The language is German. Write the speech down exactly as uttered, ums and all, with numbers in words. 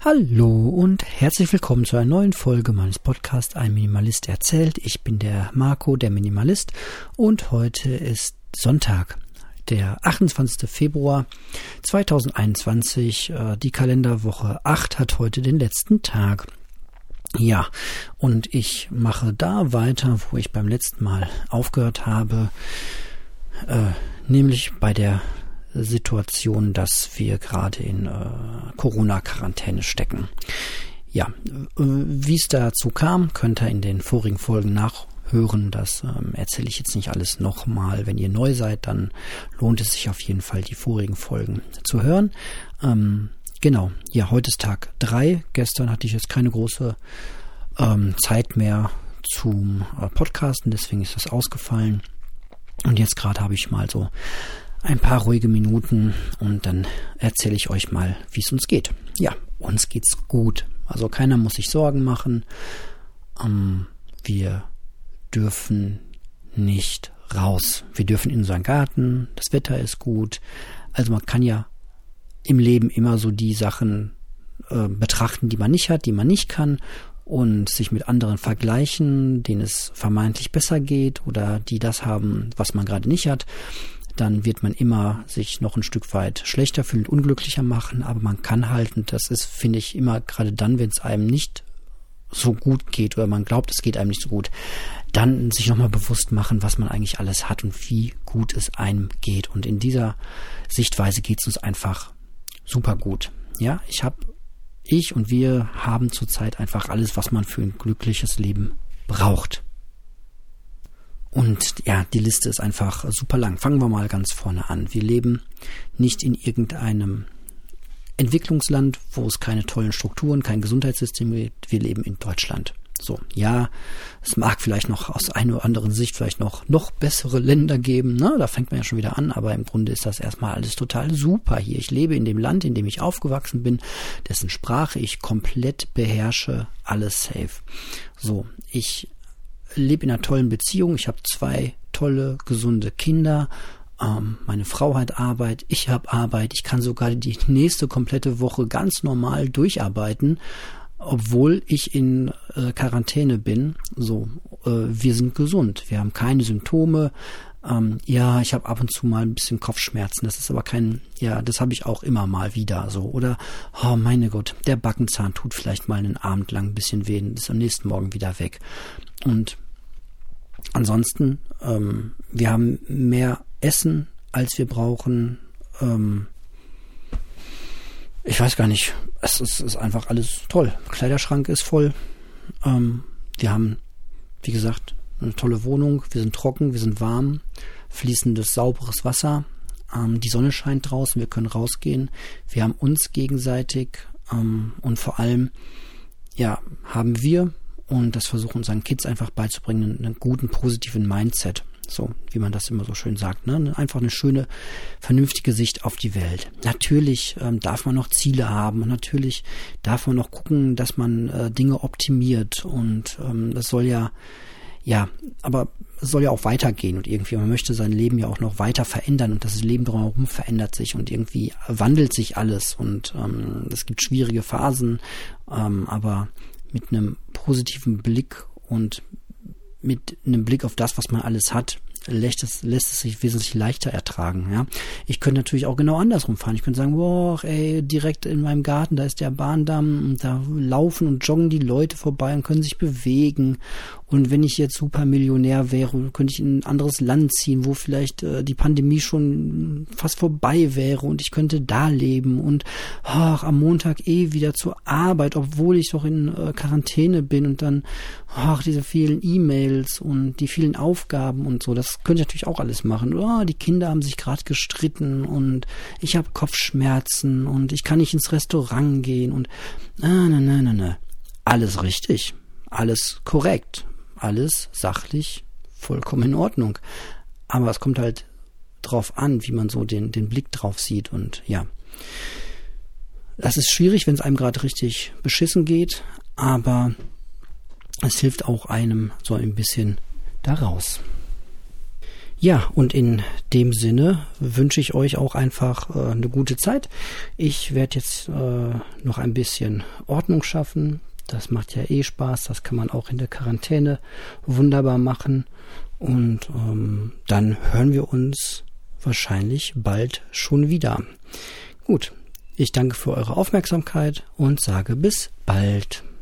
Hallo und herzlich willkommen zu einer neuen Folge meines Podcasts Ein Minimalist erzählt. Ich bin der Marco, der Minimalist, und heute ist Sonntag, der achtundzwanzigster Februar zweitausendeinundzwanzig. Die Kalenderwoche acht hat heute den letzten Tag. Ja, und ich mache da weiter, wo ich beim letzten Mal aufgehört habe, äh, nämlich bei der Situation, dass wir gerade in äh, Corona-Quarantäne stecken. Ja, äh, wie es dazu kam, könnt ihr in den vorigen Folgen nachhören. Das ähm, erzähle ich jetzt nicht alles nochmal. Wenn ihr neu seid, dann lohnt es sich auf jeden Fall, die vorigen Folgen zu hören. Ähm, genau, ja, heute ist Tag drei. Gestern hatte ich jetzt keine große ähm, Zeit mehr zum äh, Podcasten, deswegen ist das ausgefallen. Und jetzt gerade habe ich mal so ein paar ruhige Minuten und dann erzähle ich euch mal, wie es uns geht. Ja, uns geht's gut. Also keiner muss sich Sorgen machen. Ähm, wir dürfen nicht raus. Wir dürfen in unseren Garten. Das Wetter ist gut. Also man kann ja im Leben immer so die Sachen äh, betrachten, die man nicht hat, die man nicht kann, und sich mit anderen vergleichen, denen es vermeintlich besser geht oder die das haben, was man gerade nicht hat. Dann wird man immer sich noch ein Stück weit schlechter fühlen, unglücklicher machen, aber man kann halt, und das ist, finde ich, immer gerade dann, wenn es einem nicht so gut geht oder man glaubt, es geht einem nicht so gut, dann sich nochmal bewusst machen, was man eigentlich alles hat und wie gut es einem geht. Und in dieser Sichtweise geht es uns einfach super gut. Ja, ich habe, ich und wir haben zurzeit einfach alles, was man für ein glückliches Leben braucht. Und ja, die Liste ist einfach super lang. Fangen wir mal ganz vorne an. Wir leben nicht in irgendeinem Entwicklungsland, wo es keine tollen Strukturen, kein Gesundheitssystem gibt. Wir leben in Deutschland. So, ja, es mag vielleicht noch aus einer oder anderen Sicht vielleicht noch, noch bessere Länder geben. Ne? Da fängt man ja schon wieder an, aber im Grunde ist das erstmal alles total super hier. Ich lebe in dem Land, in dem ich aufgewachsen bin, dessen Sprache ich komplett beherrsche, alles safe. So, ich lebe in einer tollen Beziehung. Ich habe zwei tolle, gesunde Kinder. Ähm, meine Frau hat Arbeit, ich habe Arbeit. Ich kann sogar die nächste komplette Woche ganz normal durcharbeiten, obwohl ich in äh, Quarantäne bin. So, äh, wir sind gesund. Wir haben keine Symptome. Ähm, ja, ich habe ab und zu mal ein bisschen Kopfschmerzen. Das ist aber kein, ja, das habe ich auch immer mal wieder so. Oder, oh meine Gott, der Backenzahn tut vielleicht mal einen Abend lang ein bisschen weh, ist am nächsten Morgen wieder weg. Und ansonsten, ähm, wir haben mehr Essen, als wir brauchen. Ähm, ich weiß gar nicht, es ist, ist einfach alles toll. Kleiderschrank ist voll. Ähm, wir haben, wie gesagt, eine tolle Wohnung. Wir sind trocken, wir sind warm, fließendes, sauberes Wasser. Ähm, die Sonne scheint draußen, wir können rausgehen. Wir haben uns gegenseitig ähm, und vor allem, ja, haben wir, und das versuchen unseren Kids einfach beizubringen, einen guten, positiven Mindset. So, wie man das immer so schön sagt, ne? Einfach eine schöne, vernünftige Sicht auf die Welt. Natürlich ähm, darf man noch Ziele haben und natürlich darf man noch gucken, dass man äh, Dinge optimiert, und ähm, das soll ja, ja, aber es soll ja auch weitergehen, und irgendwie, man möchte sein Leben ja auch noch weiter verändern, und das Leben drumherum verändert sich und irgendwie wandelt sich alles, und ähm, es gibt schwierige Phasen, ähm, aber mit einem positiven Blick und mit einem Blick auf das, was man alles hat, lässt es, lässt es sich wesentlich leichter ertragen. Ja, ich könnte natürlich auch genau andersrum fahren. Ich könnte sagen, boah, ey, direkt in meinem Garten, da ist der Bahndamm, und da laufen und joggen die Leute vorbei und können sich bewegen. Und wenn ich jetzt Supermillionär wäre, könnte ich in ein anderes Land ziehen, wo vielleicht äh, die Pandemie schon fast vorbei wäre, und ich könnte da leben und ach, am Montag eh wieder zur Arbeit, obwohl ich doch in äh, Quarantäne bin, und dann ach, diese vielen E-Mails und die vielen Aufgaben und so. Das könnte ich natürlich auch alles machen. Oh, die Kinder haben sich gerade gestritten und ich habe Kopfschmerzen und ich kann nicht ins Restaurant gehen und na, na, na, na, na. Alles richtig, alles korrekt. Alles sachlich vollkommen in Ordnung. Aber es kommt halt drauf an, wie man so den, den Blick drauf sieht. Und ja, das ist schwierig, wenn es einem gerade richtig beschissen geht, aber es hilft auch einem so ein bisschen daraus. Ja, und in dem Sinne wünsche ich euch auch einfach äh, eine gute Zeit. Ich werde jetzt äh, noch ein bisschen Ordnung schaffen. Das macht ja eh Spaß. Das kann man auch in der Quarantäne wunderbar machen. Und ähm, dann hören wir uns wahrscheinlich bald schon wieder. Gut, ich danke für eure Aufmerksamkeit und sage bis bald.